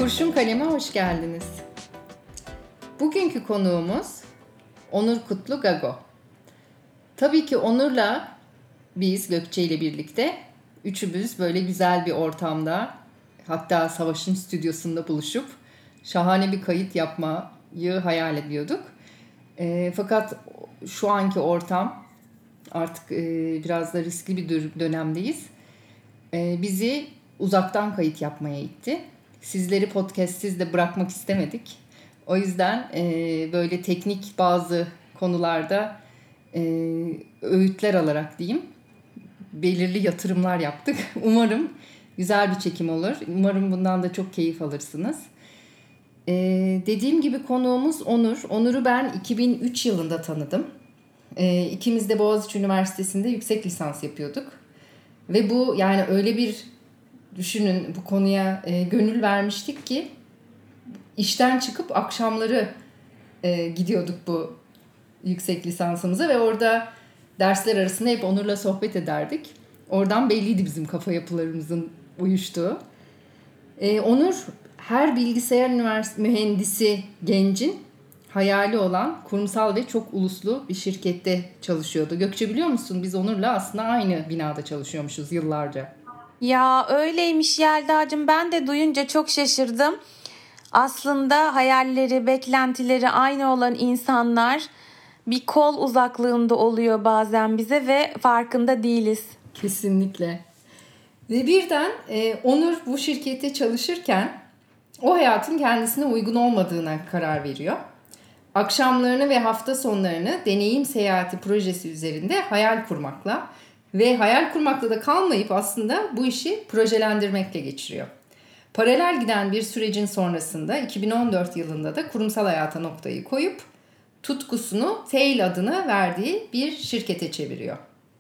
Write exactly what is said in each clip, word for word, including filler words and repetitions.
Kurşun Kalem'e hoş geldiniz. Bugünkü konuğumuz Onur Kutlu Gago. Tabii ki Onur'la biz Gökçe ile birlikte üçümüz böyle güzel bir ortamda, hatta Savaş'ın stüdyosunda buluşup şahane bir kayıt yapmayı hayal ediyorduk. E, fakat şu anki ortam artık e, biraz da riskli bir dönemdeyiz. E, bizi uzaktan kayıt yapmaya itti. Sizleri podcastsiz de bırakmak istemedik. O yüzden e, böyle teknik bazı konularda e, öğütler alarak diyeyim, belirli yatırımlar yaptık. Umarım güzel bir çekim olur. Umarım bundan da çok keyif alırsınız. E, dediğim gibi konuğumuz Onur. Onur'u ben iki bin üç yılında tanıdım. E, ikimiz de Boğaziçi Üniversitesi'nde yüksek lisans yapıyorduk. Ve bu yani öyle bir düşünün, bu konuya e, gönül vermiştik ki işten çıkıp akşamları e, gidiyorduk bu yüksek lisansımıza ve orada dersler arasında hep Onur'la sohbet ederdik. Oradan belliydi bizim kafa yapılarımızın uyuştuğu. E, Onur her bilgisayar üniversitesi mühendisi gencin hayali olan kurumsal ve çok uluslu bir şirkette çalışıyordu. Gökçe, biliyor musun, biz Onur'la aslında aynı binada çalışıyormuşuz yıllarca. Ya öyleymiş Yelda'cığım, ben de duyunca çok şaşırdım. Aslında hayalleri, beklentileri aynı olan insanlar bir kol uzaklığında oluyor bazen bize ve farkında değiliz. Kesinlikle. Ve birden e, Onur bu şirkette çalışırken o hayatın kendisine uygun olmadığına karar veriyor. Akşamlarını ve hafta sonlarını deneyim seyahati projesi üzerinde hayal kurmakla ve hayal kurmakla da kalmayıp aslında bu işi projelendirmekle geçiriyor. Paralel giden bir sürecin sonrasında iki bin on dört yılında da kurumsal hayata noktayı koyup tutkusunu Fail adını verdiği bir şirkete çeviriyor.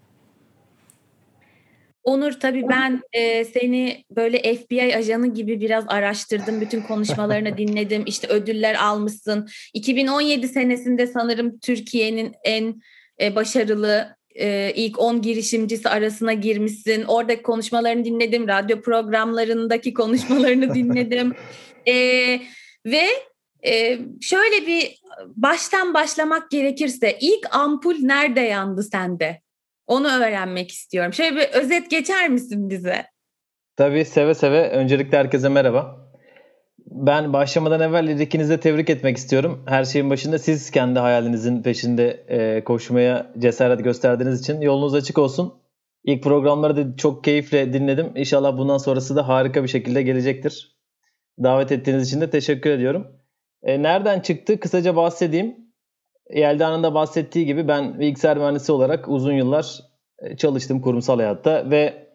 Onur, tabii ben e, seni böyle F B I ajanı gibi biraz araştırdım. Bütün konuşmalarını dinledim. İşte ödüller almışsın. iki bin on yedi senesinde sanırım Türkiye'nin en e, başarılı e, ilk on girişimcisi arasına girmişsin. Oradaki konuşmalarını dinledim. Radyo programlarındaki konuşmalarını dinledim. E, ve e, şöyle bir baştan başlamak gerekirse ilk ampul nerede yandı sende? Onu öğrenmek istiyorum. Şöyle bir özet geçer misin bize? Tabii, seve seve. Öncelikle herkese merhaba. Ben başlamadan evvel ikinizi de tebrik etmek istiyorum. Her şeyin başında siz kendi hayalinizin peşinde e, koşmaya cesaret gösterdiğiniz için yolunuz açık olsun. İlk programları da çok keyifle dinledim. İnşallah bundan sonrası da harika bir şekilde gelecektir. Davet ettiğiniz için de teşekkür ediyorum. E, nereden çıktı? Kısaca bahsedeyim. Yelda'nın da bahsettiği gibi ben bilgisayar mühendisi olarak uzun yıllar çalıştım kurumsal hayatta ve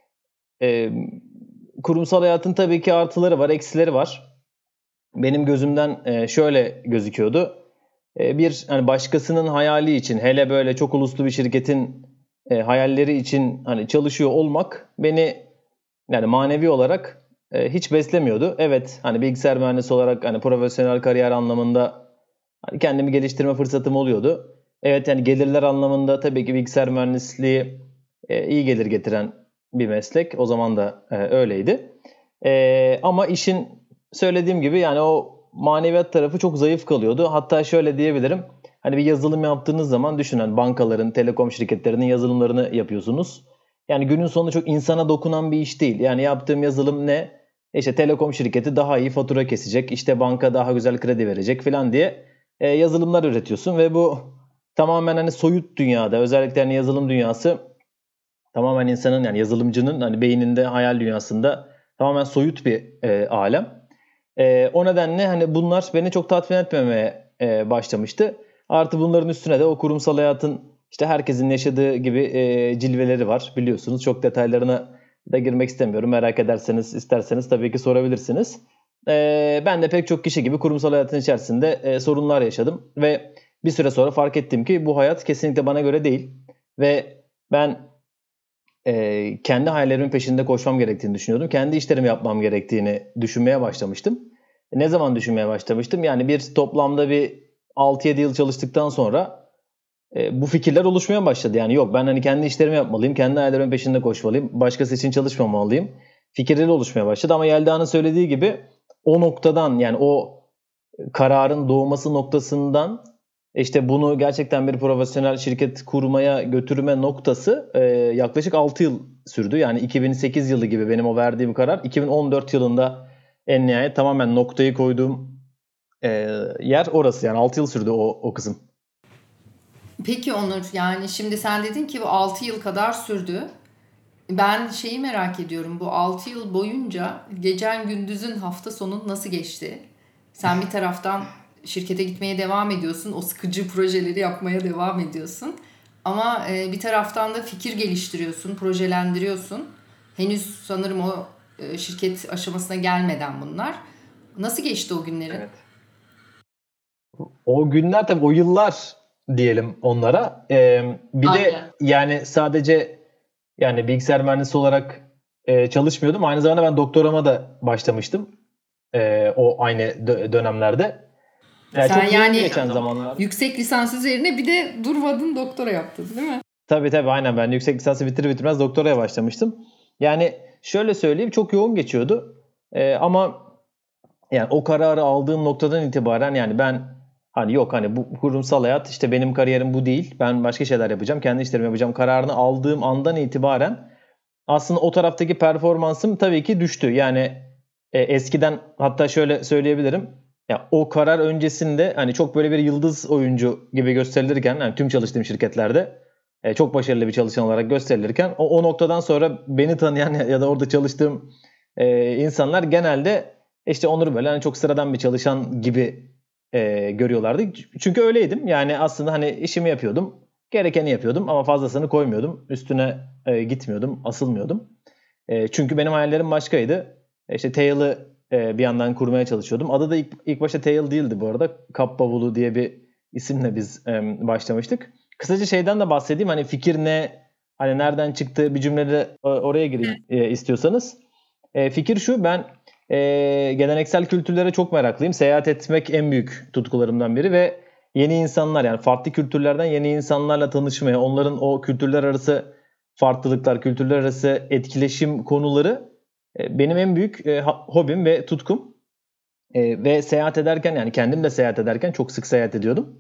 e, kurumsal hayatın tabii ki artıları var, eksileri var. Benim gözümden e, şöyle gözüküyordu. E, bir hani başkasının hayali için, hele böyle çok uluslu bir şirketin e, hayalleri için hani çalışıyor olmak beni yani manevi olarak e, hiç beslemiyordu. Evet, hani bilgisayar mühendisi olarak hani profesyonel kariyer anlamında hani kendimi geliştirme fırsatım oluyordu. Evet, yani gelirler anlamında tabii ki bilgisayar mühendisliği e, iyi gelir getiren bir meslek. O zaman da e, öyleydi. E, ama işin söylediğim gibi yani o maneviyat tarafı çok zayıf kalıyordu. Hatta şöyle diyebilirim. Hani bir yazılım yaptığınız zaman düşünün, bankaların, telekom şirketlerinin yazılımlarını yapıyorsunuz. Yani günün sonunda çok insana dokunan bir iş değil. Yani yaptığım yazılım ne? İşte telekom şirketi daha iyi fatura kesecek, İşte banka daha güzel kredi verecek falan diye e, yazılımlar üretiyorsun ve bu tamamen hani soyut dünyada, özellikle hani yazılım dünyası tamamen insanın yani yazılımcının hani beyninde, hayal dünyasında tamamen soyut bir e, alem. E, o nedenle hani bunlar beni çok tatmin etmemeye e, başlamıştı. Artı bunların üstüne de o kurumsal hayatın işte herkesin yaşadığı gibi e, cilveleri var, biliyorsunuz. Çok detaylarına da girmek istemiyorum. Merak ederseniz, isterseniz tabii ki sorabilirsiniz. E, ben de pek çok kişi gibi kurumsal hayatın içerisinde e, sorunlar yaşadım ve bir süre sonra fark ettim ki bu hayat kesinlikle bana göre değil ve ben e, kendi hayallerimin peşinde koşmam gerektiğini düşünüyordum. Kendi işlerimi yapmam gerektiğini düşünmeye başlamıştım. Ne zaman düşünmeye başlamıştım? Yani bir toplamda bir altı yedi yıl çalıştıktan sonra e, bu fikirler oluşmaya başladı. Yani yok, ben hani kendi işlerimi yapmalıyım, kendi hayallerimin peşinde koşmalıyım, başkası için çalışmamalıyım fikirleri oluşmaya başladı. Ama Yelda'nın söylediği gibi o noktadan yani o kararın doğması noktasından işte bunu gerçekten bir profesyonel şirket kurmaya götürme noktası e, yaklaşık altı yıl sürdü. Yani iki bin sekiz yılı gibi benim o verdiğim karar. iki bin on dört yılında en nihayet tamamen noktayı koyduğum e, yer orası. Yani altı yıl sürdü o, o kısım. Peki Onur, yani şimdi sen dedin ki bu altı yıl kadar sürdü. Ben şeyi merak ediyorum. Bu altı yıl boyunca gecen gündüzün hafta sonun nasıl geçti? Sen bir taraftan şirkete gitmeye devam ediyorsun. O sıkıcı projeleri yapmaya devam ediyorsun. Ama e, bir taraftan da fikir geliştiriyorsun, projelendiriyorsun. Henüz sanırım o e, şirket aşamasına gelmeden bunlar. Nasıl geçti o günlerin? Evet. O günler tabii o yıllar diyelim onlara. Ee, bir Aynen. de yani sadece yani bilgisayar mühendisi olarak e, çalışmıyordum. Aynı zamanda ben doktorama da başlamıştım. E, o aynı dö- dönemlerde. Yani Sen çok yani yoğun geçen zamanlar. yüksek lisans üzerine bir de durmadın doktora yaptın değil mi? Tabii tabii aynen ben yüksek lisansı bitirir bitirmez doktoraya başlamıştım. Yani şöyle söyleyeyim çok yoğun geçiyordu. Ee, ama yani o kararı aldığım noktadan itibaren yani ben hani yok hani bu kurumsal hayat işte benim kariyerim bu değil. Ben başka şeyler yapacağım. Kendi işlerimi yapacağım. Kararını aldığım andan itibaren aslında o taraftaki performansım tabii ki düştü. Yani e, eskiden hatta şöyle söyleyebilirim. Ya o karar öncesinde hani çok böyle bir yıldız oyuncu gibi gösterilirken yani tüm çalıştığım şirketlerde e, çok başarılı bir çalışan olarak gösterilirken o, o noktadan sonra beni tanıyan ya da orada çalıştığım e, insanlar genelde işte Onur böyle hani çok sıradan bir çalışan gibi e, görüyorlardı. Çünkü öyleydim. Yani aslında hani işimi yapıyordum. Gerekeni yapıyordum ama fazlasını koymuyordum. Üstüne e, gitmiyordum, asılmıyordum. E, çünkü benim hayallerim başkaydı. E, işte Tail'ı e, bir yandan kurmaya çalışıyordum. Adı da ilk, ilk başta Tail değildi bu arada. Kap Bavulu diye bir isimle biz e, başlamıştık. Kısaca şeyden de bahsedeyim. Hani fikir ne, hani nereden çıktı bir cümlede oraya gireyim e, istiyorsanız. E, fikir şu, ben e, geleneksel kültürlere çok meraklıyım. Seyahat etmek en büyük tutkularımdan biri ve yeni insanlar yani farklı kültürlerden yeni insanlarla tanışmaya, onların o kültürler arası farklılıklar, kültürler arası etkileşim konuları e, benim en büyük e, hobim ve tutkum. E, ve seyahat ederken yani kendim de seyahat ederken çok sık seyahat ediyordum.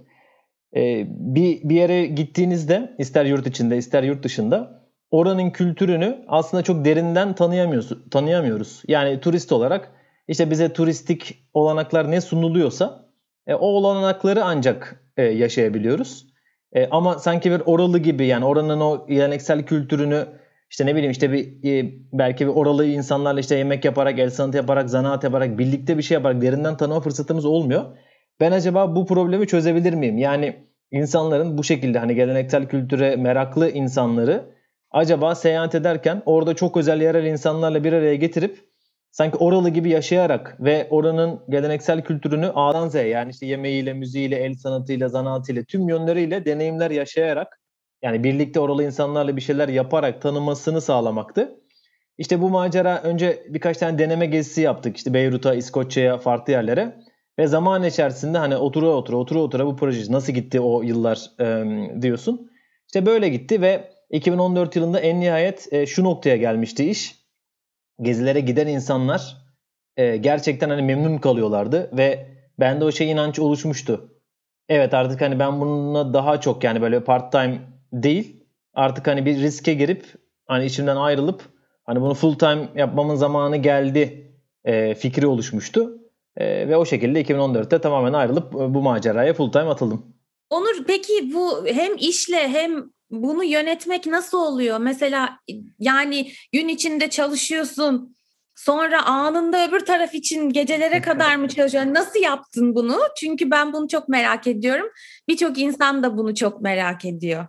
E, bir, bir yere gittiğinizde ister yurt içinde ister yurt dışında oranın kültürünü aslında çok derinden tanıyamıyoruz. tanıyamıyoruz. Yani turist olarak işte bize turistik olanaklar ne sunuluyorsa e, o olanakları ancak e, yaşayabiliyoruz. E, ama sanki bir oralı gibi yani oranın o geleneksel kültürünü işte ne bileyim işte bir e, belki bir oralı insanlarla işte yemek yaparak, el sanatı yaparak, zanaat yaparak, birlikte bir şey yaparak derinden tanıma fırsatımız olmuyor. Ben acaba bu problemi çözebilir miyim? Yani insanların bu şekilde hani geleneksel kültüre meraklı insanları acaba seyahat ederken orada çok özel yerel insanlarla bir araya getirip sanki oralı gibi yaşayarak ve oranın geleneksel kültürünü A'dan Z'ye yani işte yemeğiyle, müziğiyle, el sanatıyla, zanaatıyla tüm yönleriyle deneyimler yaşayarak yani birlikte oralı insanlarla bir şeyler yaparak tanımasını sağlamaktı. İşte bu macera önce birkaç tane deneme gezisi yaptık. İşte Beyrut'a, İskoçya'ya, farklı yerlere. Ve zaman içerisinde hani otura otura otura otura bu proje nasıl gitti o yıllar e, diyorsun. İşte böyle gitti ve iki bin on dört yılında en nihayet e, şu noktaya gelmişti iş. Gezilere giden insanlar e, gerçekten hani memnun kalıyorlardı ve bende o şey inanç oluşmuştu. Evet artık hani ben bununla daha çok yani böyle part time değil artık hani bir riske girip hani içimden ayrılıp hani bunu full time yapmamın zamanı geldi e, fikri oluşmuştu. E, ve o şekilde iki bin on dörtte tamamen ayrılıp bu maceraya full time atıldım. Onur, peki bu hem işle hem bunu yönetmek nasıl oluyor? Mesela yani gün içinde çalışıyorsun, sonra anında öbür taraf için gecelere kadar mı çalışıyorsun? Nasıl yaptın bunu? Çünkü ben bunu çok merak ediyorum. Birçok insan da bunu çok merak ediyor.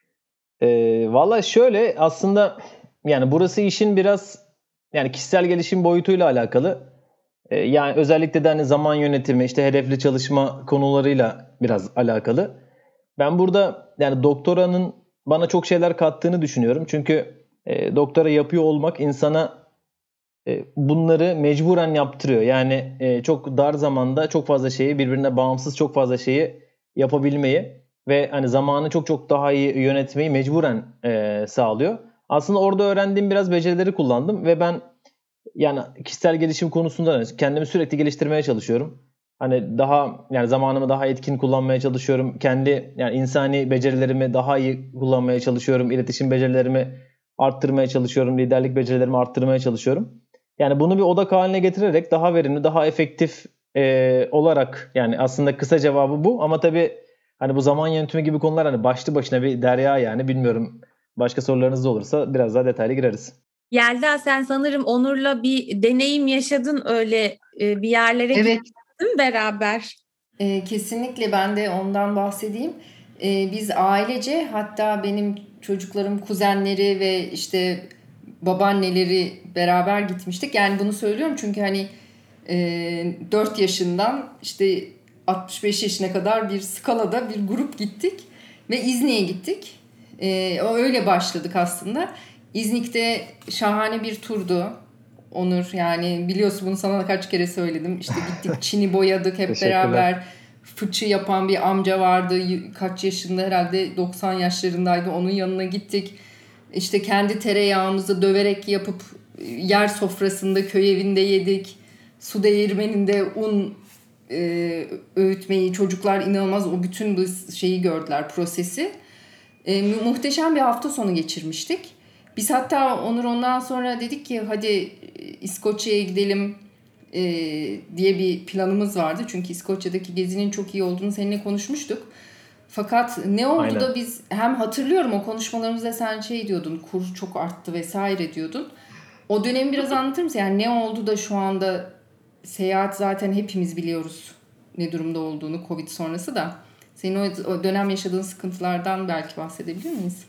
E, Valla şöyle aslında yani burası işin biraz yani kişisel gelişim boyutuyla alakalı. E, yani özellikle de hani zaman yönetimi işte hedefli çalışma konularıyla biraz alakalı. Ben burada yani doktoranın bana çok şeyler kattığını düşünüyorum. Çünkü e, doktora yapıyor olmak insana e, bunları mecburen yaptırıyor. Yani e, çok dar zamanda çok fazla şeyi birbirine bağımsız çok fazla şeyi yapabilmeyi ve hani zamanı çok çok daha iyi yönetmeyi mecburen e, sağlıyor. Aslında orada öğrendiğim biraz becerileri kullandım ve ben Yani kişisel gelişim konusunda kendimi sürekli geliştirmeye çalışıyorum. Hani daha yani zamanımı daha etkin kullanmaya çalışıyorum. Kendi yani insani becerilerimi daha iyi kullanmaya çalışıyorum. İletişim becerilerimi arttırmaya çalışıyorum. Liderlik becerilerimi arttırmaya çalışıyorum. Yani bunu bir odak haline getirerek daha verimli, daha efektif e, olarak yani aslında kısa cevabı bu. Ama tabii hani bu zaman yönetimi gibi konular hani başlı başına bir derya yani bilmiyorum. Başka sorularınız da olursa biraz daha detaylı gireriz. Yelda, sen sanırım Onur'la bir deneyim yaşadın, öyle e, bir yerlere Evet. gittin beraber. E, kesinlikle ben de ondan bahsedeyim. E, biz ailece, hatta benim çocuklarım kuzenleri ve işte babaanneleri beraber gitmiştik. Yani bunu söylüyorum çünkü hani e, dört yaşından işte altmış beş yaşına kadar bir skalada bir grup gittik ve İznik'e gittik. E, öyle başladık aslında. İznik'te şahane bir turdu. Onur, yani biliyorsun bunu sana kaç kere söyledim. İşte gittik, Çin'i boyadık hep beraber. Fıçı yapan bir amca vardı. Kaç yaşında, herhalde doksan yaşlarındaydı. Onun yanına gittik. İşte kendi tereyağımızı döverek yapıp yer sofrasında köy evinde yedik. Su değirmeninde un e, öğütmeyi, çocuklar inanılmaz o bütün bu şeyi gördüler, prosesi. E, muhteşem bir hafta sonu geçirmiştik. Biz hatta Onur ondan sonra dedik ki hadi İskoçya'ya gidelim e, diye bir planımız vardı. Çünkü İskoçya'daki gezinin çok iyi olduğunu seninle konuşmuştuk. Fakat ne oldu Aynen. da biz, hem hatırlıyorum o konuşmalarımızda sen şey diyordun, kur çok arttı vesaire diyordun. O dönemi biraz anlatır mısın? Yani ne oldu da şu anda seyahat zaten hepimiz biliyoruz ne durumda olduğunu, Covid sonrası da. Senin o dönem yaşadığın sıkıntılardan belki bahsedebilir miyiz?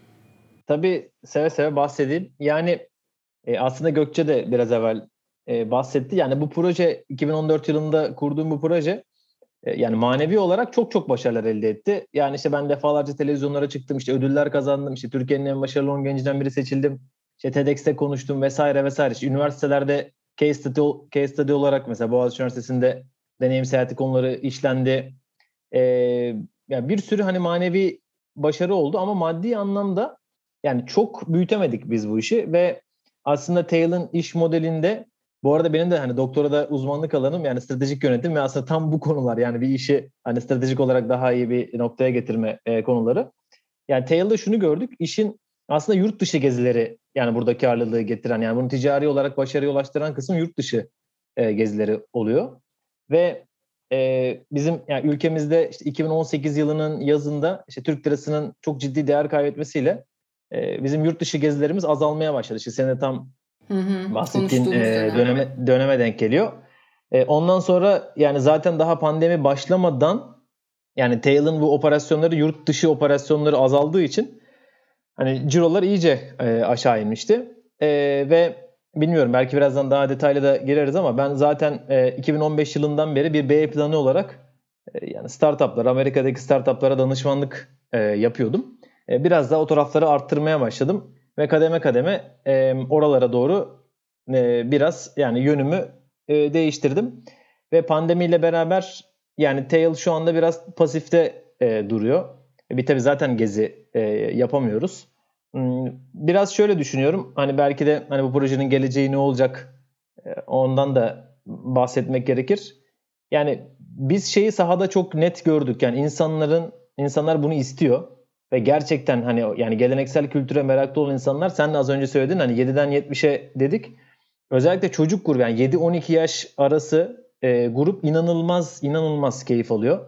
Tabii seve seve bahsedeyim. Yani e, aslında Gökçe de biraz evvel e, bahsetti. Yani bu proje iki bin on dört yılında kurduğum bu proje e, yani manevi olarak çok çok başarılar elde etti. Yani işte ben defalarca televizyonlara çıktım, işte ödüller kazandım, işte Türkiye'nin en başarılı on gencinden biri seçildim. İşte TEDx'te konuştum vesaire vesaire. İşte üniversitelerde case study, case study olarak mesela Boğaziçi Üniversitesi'nde deneyim seyahati konuları işlendi. E, yani bir sürü hani manevi başarı oldu ama maddi anlamda yani çok büyütemedik biz bu işi ve aslında Tail'ın iş modelinde, bu arada benim de hani doktorada uzmanlık alanım yani stratejik yönetim ve aslında tam bu konular, yani bir işi hani stratejik olarak daha iyi bir noktaya getirme e, konuları. Yani Tail'da şunu gördük, işin aslında yurt dışı gezileri yani burada karlılığı getiren, yani bunu ticari olarak başarıya ulaştıran kısım yurt dışı e, gezileri oluyor. Ve e, bizim yani ülkemizde işte iki bin on sekiz yılının yazında işte Türk lirasının çok ciddi değer kaybetmesiyle e, bizim yurt dışı gezilerimiz azalmaya başladı. İşte senin de tam Hı hı, bahsettiğin e, dönem. döneme, döneme denk geliyor. E, ondan sonra yani zaten daha pandemi başlamadan yani Tail'ın bu operasyonları, yurt dışı operasyonları azaldığı için hani cirolar iyice e, aşağı inmişti. E, ve bilmiyorum, belki birazdan daha detaylı da gireriz ama ben zaten e, iki bin on beş yılından beri bir B planı olarak e, yani startuplar, Amerika'daki startuplara danışmanlık e, yapıyordum. E, biraz daha o tarafları arttırmaya başladım ve kademe kademe e, oralara doğru e, biraz yani yönümü e, değiştirdim. Ve pandemiyle beraber yani Tail şu anda biraz pasifte e, duruyor. Bir tabii zaten gezi e, yapamıyoruz. Biraz şöyle düşünüyorum. Hani belki de hani bu projenin geleceği ne olacak? E, ondan da bahsetmek gerekir. Yani biz şeyi sahada çok net gördük. Yani insanların insanlar bunu istiyor ve gerçekten hani yani geleneksel kültüre meraklı olan insanlar, sen de az önce söyledin hani yediden yetmişe dedik. Özellikle çocuk grubu yani yedi on iki yaş arası e, grup inanılmaz inanılmaz keyif alıyor.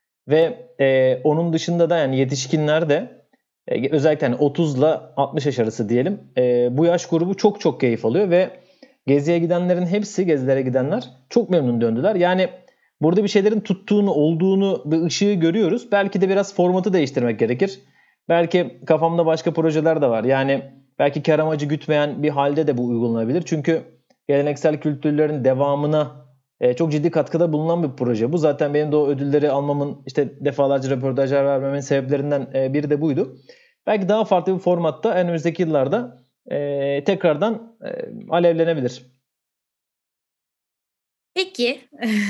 Ve e, onun dışında da yani yetişkinler de e, özellikle hani otuzla altmış yaş arası diyelim. E, bu yaş grubu çok çok keyif alıyor ve geziye gidenlerin hepsi, gezilere gidenler çok memnun döndüler. Yani burada bir şeylerin tuttuğunu, olduğunu, bir ışığı görüyoruz. Belki de biraz formatı değiştirmek gerekir. Belki kafamda başka projeler de var. Yani belki kar amacı gütmeyen bir halde de bu uygulanabilir. Çünkü geleneksel kültürlerin devamına e, çok ciddi katkıda bulunan bir proje. Bu zaten benim de o ödülleri almamın, işte defalarca röportajlar vermemin sebeplerinden e, biri de buydu. Belki daha farklı bir formatta önümüzdeki yıllarda e, tekrardan e, alevlenebilir. Peki,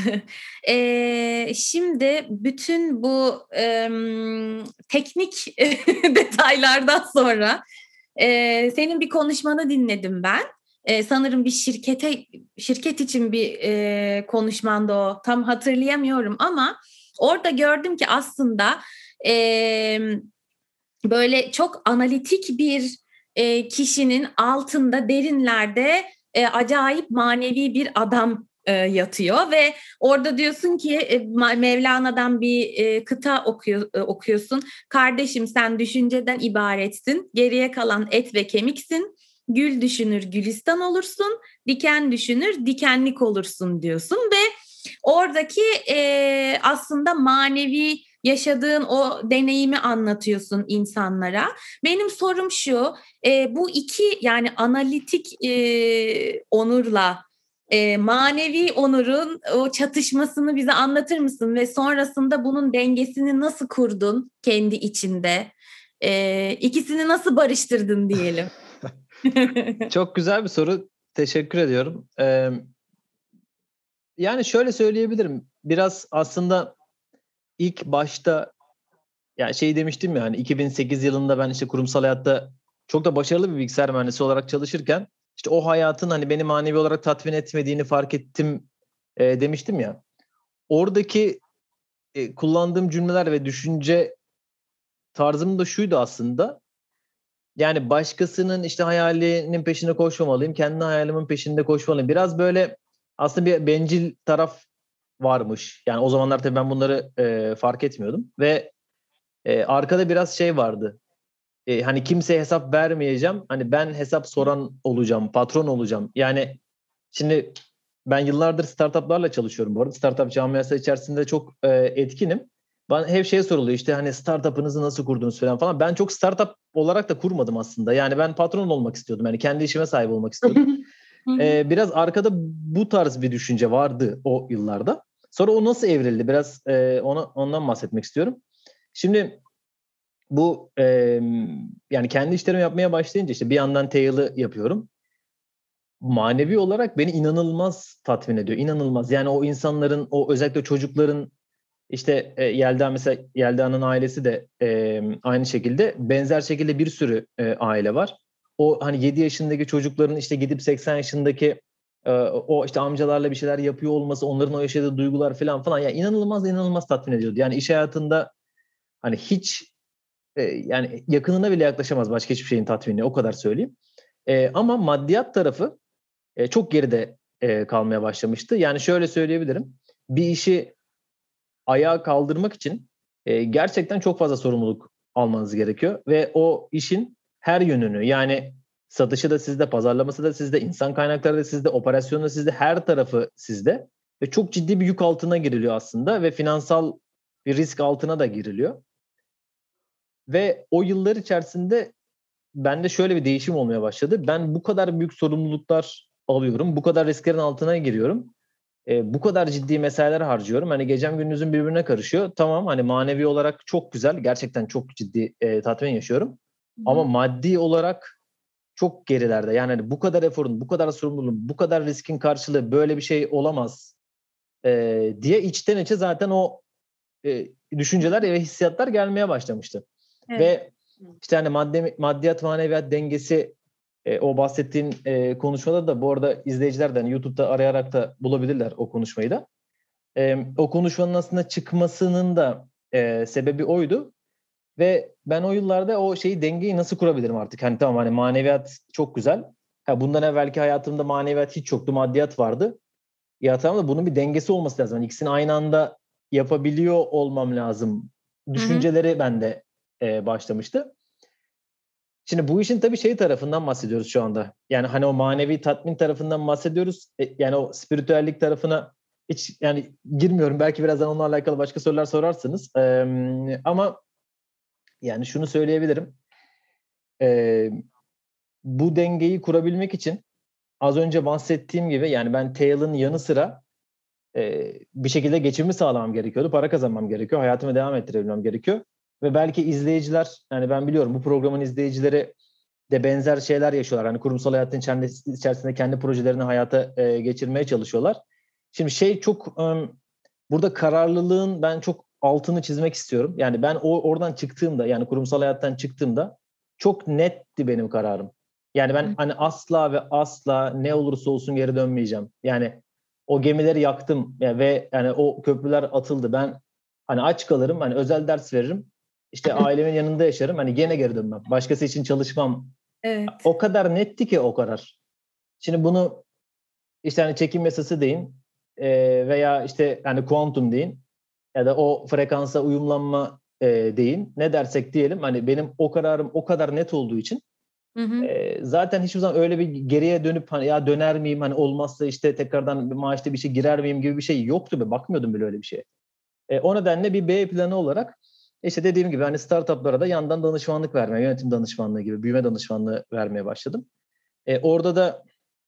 e, şimdi bütün bu e, teknik detaylardan sonra e, senin bir konuşmanı dinledim ben. e, sanırım bir şirkete şirket için bir e, konuşmandı o. Tam hatırlayamıyorum ama orada gördüm ki aslında e, böyle çok analitik bir e, kişinin altında derinlerde e, acayip manevi bir adam e, yatıyor ve orada diyorsun ki e, Mevlana'dan bir e, kıta okuyor, e, okuyorsun. Kardeşim sen düşünceden ibaretsin. Geriye kalan et ve kemiksin. Gül düşünür gülistan olursun. Diken düşünür dikenlik olursun diyorsun ve oradaki e, aslında manevi yaşadığın o deneyimi anlatıyorsun insanlara. Benim sorum şu, e, bu iki yani analitik e, onurla e, manevi onurun o çatışmasını bize anlatır mısın? Ve sonrasında bunun dengesini nasıl kurdun kendi içinde? E, ikisini nasıl barıştırdın diyelim? Çok güzel bir soru. Teşekkür ediyorum. Ee, yani şöyle söyleyebilirim. Biraz aslında ilk başta yani şey demiştim ya hani iki bin sekiz yılında ben işte kurumsal hayatta çok da başarılı bir bilgisayar mühendisi olarak çalışırken işte o hayatın hani beni manevi olarak tatmin etmediğini fark ettim e, demiştim ya. Oradaki e, kullandığım cümleler ve düşünce tarzım da şuydu aslında. Yani başkasının işte hayalinin peşinde koşmamalıyım. Kendi hayalimin peşinde koşmalıyım. Biraz böyle aslında bir bencil taraf varmış. Yani o zamanlar tabii ben bunları e, fark etmiyordum. Ve e, arkada biraz şey vardı. E, hani kimseye hesap vermeyeceğim. Hani ben hesap soran olacağım, patron olacağım. Yani şimdi ben yıllardır startuplarla çalışıyorum bu arada. Startup camiası içerisinde çok e, etkinim. Bana hep şey soruluyor işte hani startup'ınızı nasıl kurdunuz falan falan. Ben çok startup olarak da kurmadım aslında. Yani ben patron olmak istiyordum. Yani kendi işime sahip olmak istiyordum. e, biraz arkada bu tarz bir düşünce vardı o yıllarda. Sonra o nasıl evrildi? Biraz e, ona, ondan bahsetmek istiyorum. Şimdi bu e, yani kendi işlerimi yapmaya başlayınca işte bir yandan Tail'ı yapıyorum. Manevi olarak beni inanılmaz tatmin ediyor. İnanılmaz. Yani o insanların, o özellikle çocukların işte e, Yelda mesela Yelda'nın ailesi de e, aynı şekilde benzer şekilde bir sürü e, aile var. O hani yedi yaşındaki çocukların işte gidip seksen yaşındaki e, o işte amcalarla bir şeyler yapıyor olması, onların o yaşadığı duygular falan falan yani inanılmaz inanılmaz tatmin ediyordu. Yani iş hayatında hani hiç e, yani yakınına bile yaklaşamaz başka hiçbir şeyin tatminine o kadar söyleyeyim. E, ama maddiyat tarafı e, çok geride e, kalmaya başlamıştı. Yani şöyle söyleyebilirim. Bir işi ayağa kaldırmak için e, gerçekten çok fazla sorumluluk almanız gerekiyor. Ve o işin her yönünü yani satışı da sizde, pazarlaması da sizde, insan kaynakları da sizde, operasyonu da sizde, her tarafı sizde. Ve çok ciddi bir yük altına giriliyor aslında ve finansal bir risk altına da giriliyor. Ve o yıllar içerisinde bende şöyle bir değişim olmaya başladı. Ben bu kadar büyük sorumluluklar alıyorum. Bu kadar risklerin altına giriyorum. E, bu kadar ciddi mesailer harcıyorum. Hani gecem gündüzüm birbirine karışıyor. Tamam hani manevi olarak çok güzel. Gerçekten çok ciddi e, tatmin yaşıyorum. Hı-hı. Ama maddi olarak çok gerilerde. Yani hani bu kadar eforun, bu kadar sorumluluğun, bu kadar riskin karşılığı böyle bir şey olamaz e, diye içten içe zaten o e, düşünceler ve hissiyatlar gelmeye başlamıştı. Evet. Ve işte hani madde, maddiyat maneviyat dengesi e, o bahsettiğin e, konuşmada da bu arada izleyiciler de hani YouTube'da arayarak da bulabilirler o konuşmayı da. E, o konuşmanın aslında çıkmasının da e, sebebi oydu. Ve ben o yıllarda o şeyi dengeyi nasıl kurabilirim artık? Hani tamam hani maneviyat çok güzel. Ha, bundan evvelki hayatımda maneviyat hiç yoktu, maddiyat vardı. Ya tamam da bunun bir dengesi olması lazım. Yani ikisini aynı anda yapabiliyor olmam lazım. Düşünceleri Hı-hı. bende e, başlamıştı. Şimdi bu işin tabii şey tarafından bahsediyoruz şu anda. Yani hani o manevi tatmin tarafından bahsediyoruz. E, yani o spiritüellik tarafına hiç yani girmiyorum. Belki birazdan onunla alakalı başka sorular sorarsınız. Ee, ama yani şunu söyleyebilirim. Ee, bu dengeyi kurabilmek için az önce bahsettiğim gibi yani ben Tail'ın yanı sıra e, bir şekilde geçimimi sağlamam gerekiyordu. Para kazanmam gerekiyor. Hayatımı devam ettirebilmem gerekiyor. Ve belki izleyiciler yani ben biliyorum bu programın izleyicileri de benzer şeyler yaşıyorlar. Hani kurumsal hayatın içerisinde kendi projelerini hayata e, geçirmeye çalışıyorlar. Şimdi şey çok e, burada kararlılığın ben çok altını çizmek istiyorum. Yani ben o oradan çıktığımda yani kurumsal hayattan çıktığımda çok netti benim kararım. Yani ben hani asla ve asla ne olursa olsun geri dönmeyeceğim. Yani o gemileri yaktım ya ve yani o köprüler atıldı. Ben hani aç kalırım, hani özel ders veririm. İşte ailemin yanında yaşarım. Hani gene geri dönmem. Başkası için çalışmam. Evet. O kadar netti ki o karar. Şimdi bunu işte hani çekim yasası deyin e, veya işte hani kuantum deyin ya da o frekansa uyumlanma e, deyin. Ne dersek diyelim, hani benim o kararım o kadar net olduğu için Hı hı. e, zaten hiçbir zaman öyle bir geriye dönüp hani ya döner miyim, hani olmazsa işte tekrardan bir maaşta bir şey girer miyim gibi bir şey yoktu be. Bakmıyordum bile öyle bir şeye. E, o nedenle bir B planı olarak işte dediğim gibi hani startuplara da yandan danışmanlık vermeye, yönetim danışmanlığı gibi büyüme danışmanlığı vermeye başladım. E, orada da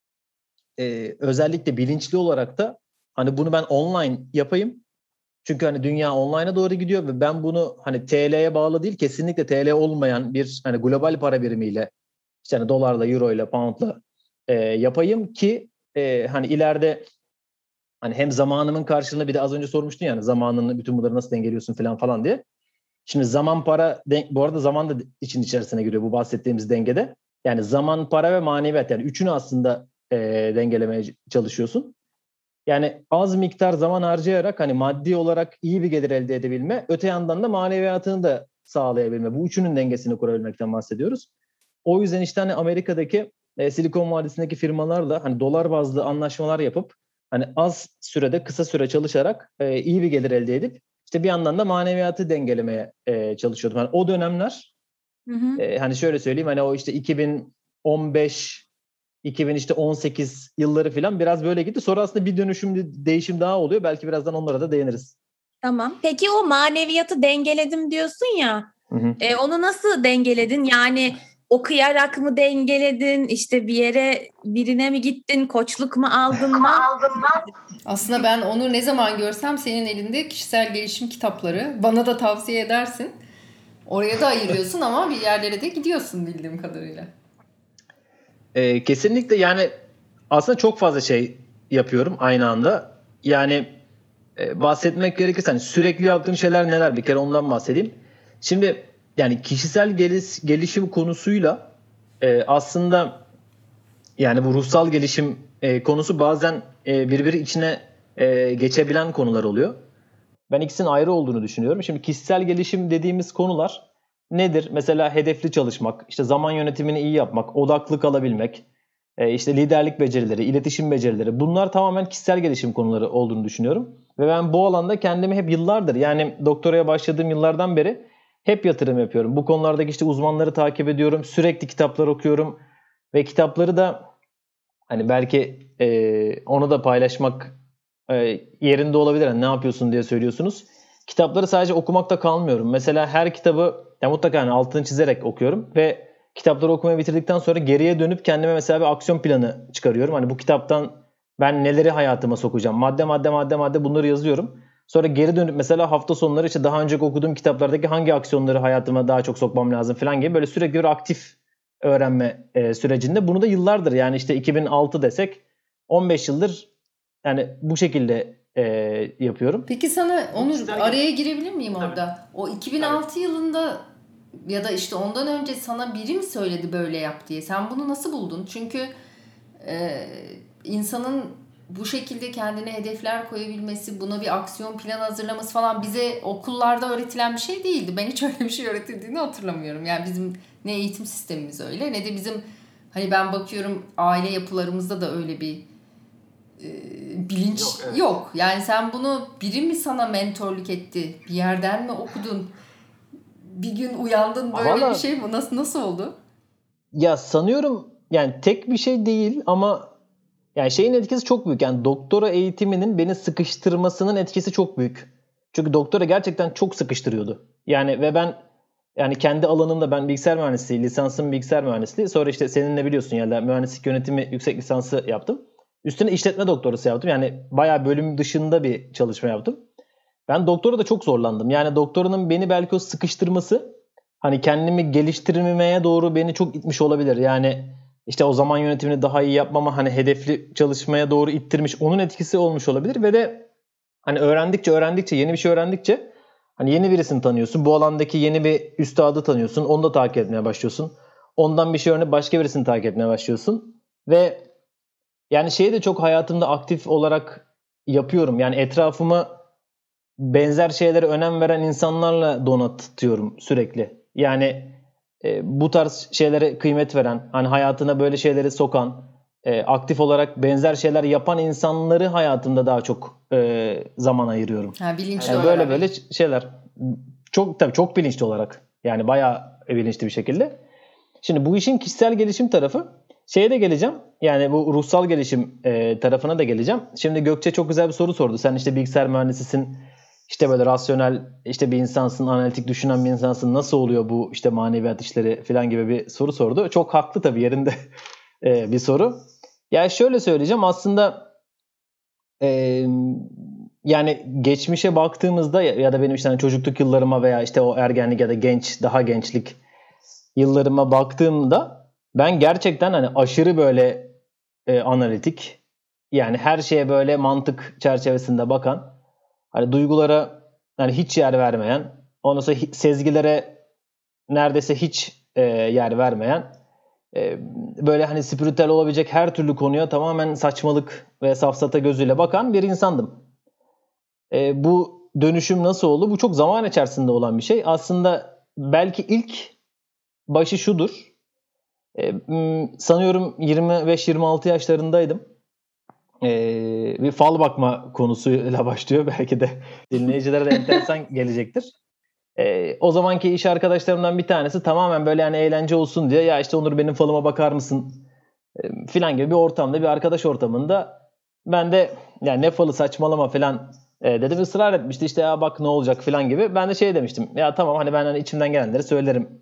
e, özellikle bilinçli olarak da hani bunu ben online yapayım. Çünkü hani dünya online'a doğru gidiyor ve ben bunu hani T L'ye bağlı değil, kesinlikle T L olmayan bir hani global para birimiyle, işte hani dolarla, euroyla, poundla e, yapayım ki e, hani ileride hani hem zamanımın karşılığında, bir de az önce sormuştun yani zamanını, bütün bunları nasıl dengeliyorsun falan falan diye. Şimdi zaman para, bu arada zaman da için içerisine giriyor bu bahsettiğimiz dengede. Yani zaman, para ve maneviyat, yani üçünü aslında e, dengelemeye çalışıyorsun. Yani az miktar zaman harcayarak hani maddi olarak iyi bir gelir elde edebilme, öte yandan da maneviyatını da sağlayabilme. Bu üçünün dengesini kurabilmekten bahsediyoruz. O yüzden işte hani Amerika'daki e, Silikon Vadisi'ndeki firmalarla hani dolar bazlı anlaşmalar yapıp hani az sürede, kısa süre çalışarak e, iyi bir gelir elde edip işte bir yandan da maneviyatı dengelemeye e, çalışıyordum. Hani o dönemler Hı hı. e, hani şöyle söyleyeyim, hani o işte iki bin on beş iki bin on sekiz yılları falan biraz böyle gitti. Sonra aslında bir dönüşüm, bir değişim daha oluyor. Belki birazdan onlara da değiniriz. Tamam. Peki o maneviyatı dengeledim diyorsun ya. Hı hı. E, onu nasıl dengeledin? Yani okuyarak mı dengeledin? İşte bir yere, birine mi gittin? Koçluk mu aldın mı? Aslında ben onu ne zaman görsem senin elinde kişisel gelişim kitapları. Bana da tavsiye edersin. Oraya da ayırıyorsun ama bir yerlere de gidiyorsun bildiğim kadarıyla. Ee, kesinlikle, yani aslında çok fazla şey yapıyorum aynı anda. Yani e, bahsetmek gerekirse hani sürekli yaptığım şeyler neler, bir kere ondan bahsedeyim. Şimdi yani kişisel geliş, gelişim konusuyla e, aslında yani bu ruhsal gelişim e, konusu bazen e, birbiri içine e, geçebilen konular oluyor. Ben ikisinin ayrı olduğunu düşünüyorum. Şimdi kişisel gelişim dediğimiz konular nedir? Mesela hedefli çalışmak, işte zaman yönetimini iyi yapmak, odaklı kalabilmek, e, işte liderlik becerileri, iletişim becerileri. Bunlar tamamen kişisel gelişim konuları olduğunu düşünüyorum. Ve ben bu alanda kendimi hep yıllardır, yani doktoraya başladığım yıllardan beri hep yatırım yapıyorum. Bu konulardaki işte uzmanları takip ediyorum. Sürekli kitaplar okuyorum. Ve kitapları da hani belki e, onu da paylaşmak e, yerinde olabilir. Yani ne yapıyorsun diye söylüyorsunuz. Kitapları sadece okumakta kalmıyorum. Mesela her kitabı ya mutlaka hani altını çizerek okuyorum ve kitapları okumayı bitirdikten sonra geriye dönüp kendime mesela bir aksiyon planı çıkarıyorum. Hani bu kitaptan ben neleri hayatıma sokacağım? Madde madde madde madde bunları yazıyorum. Sonra geri dönüp mesela hafta sonları işte daha önce okuduğum kitaplardaki hangi aksiyonları hayatıma daha çok sokmam lazım falan gibi böyle sürekli bir aktif öğrenme e, sürecinde. Bunu da yıllardır, yani işte iki bin altı desek on beş yıldır yani bu şekilde e, yapıyorum. Peki sana Onur, kişisel araya girebilir miyim Tabii. orada? O iki bin altı yılında ya da işte ondan önce sana biri mi söyledi böyle yap diye? Sen bunu nasıl buldun? Çünkü e, insanın bu şekilde kendine hedefler koyabilmesi, buna bir aksiyon planı hazırlaması falan bize okullarda öğretilen bir şey değildi. Ben hiç öyle bir şey öğretildiğini hatırlamıyorum. Yani bizim ne eğitim sistemimiz öyle ne de bizim, hani ben bakıyorum aile yapılarımızda da öyle bir e, bilinç yok, evet. yok. Yani sen bunu biri mi sana mentorluk etti? Bir yerden mi okudun? Bir gün uyandın böyle Vallahi, bir şey mi? Nasıl nasıl oldu? Ya sanıyorum yani tek bir şey değil ama yani şeyin etkisi çok büyük. Yani doktora eğitiminin beni sıkıştırmasının etkisi çok büyük. Çünkü doktora gerçekten çok sıkıştırıyordu. Yani ve ben yani kendi alanımda, ben bilgisayar mühendisliği, lisansım bilgisayar mühendisliği. Sonra işte seninle biliyorsun ya da mühendislik yönetimi yüksek lisansı yaptım. Üstüne işletme doktorası yaptım. Yani bayağı bölüm dışında bir çalışma yaptım. Ben doktora da çok zorlandım. Yani doktoranın beni belki o sıkıştırması hani kendimi geliştirmemeye doğru beni çok itmiş olabilir. Yani işte o zaman yönetimini daha iyi yapmama, hani hedefli çalışmaya doğru ittirmiş. Onun etkisi olmuş olabilir ve de hani öğrendikçe öğrendikçe yeni bir şey öğrendikçe hani yeni birisini tanıyorsun. Bu alandaki yeni bir üstadı tanıyorsun. Onu da takip etmeye başlıyorsun. ondan bir şey öğrenip başka birisini takip etmeye başlıyorsun. Ve yani şeyi de çok hayatımda aktif olarak yapıyorum. Yani etrafıma benzer şeylere önem veren insanlarla donatıyorum sürekli. Yani e, bu tarz şeylere kıymet veren, hani hayatına böyle şeyleri sokan, e, aktif olarak benzer şeyler yapan insanları hayatımda daha çok e, zaman ayırıyorum. Ha, bilinçli Yani olarak. böyle böyle şeyler. Çok tabii çok bilinçli olarak. Yani bayağı bilinçli bir şekilde. Şimdi bu işin kişisel gelişim tarafı, şeye de geleceğim. Yani bu ruhsal gelişim e, tarafına da geleceğim. Şimdi Gökçe çok güzel bir soru sordu. Sen işte bilgisayar mühendisisin. İşte böyle rasyonel işte bir insansın, analitik düşünen bir insansın. Nasıl oluyor bu işte maneviyat işleri falan gibi bir soru sordu. Çok haklı tabii, yerinde e, bir soru. Yani şöyle söyleyeceğim, aslında e, yani geçmişe baktığımızda ya, ya da benim işte hani çocukluk yıllarıma veya işte o ergenlik ya da genç, daha gençlik yıllarıma baktığımda ben gerçekten hani aşırı böyle e, analitik, yani her şeye böyle mantık çerçevesinde bakan, hani duygulara yani hiç yer vermeyen, ondan sonra sezgilere neredeyse hiç e, yer vermeyen, e, böyle hani spiritüel olabilecek her türlü konuya tamamen saçmalık ve safsata gözüyle bakan bir insandım. E, bu dönüşüm nasıl oldu? Bu çok zaman içerisinde olan bir şey. Aslında belki ilk başı şudur. E, sanıyorum yirmi beş yirmi altı yaşlarındaydım. E, bir fal bakma konusuyla başlıyor. Belki de dinleyicilere de enteresan gelecektir. E, o zamanki iş arkadaşlarımdan bir tanesi tamamen böyle yani eğlence olsun diye, ya işte Onur benim falıma bakar mısın e, filan gibi bir ortamda, bir arkadaş ortamında ben de yani ne falı, saçmalama filan e, dedim, ısrar etmişti işte, ya bak ne olacak filan gibi. Ben de şey demiştim, ya tamam hani ben hani içimden gelenleri söylerim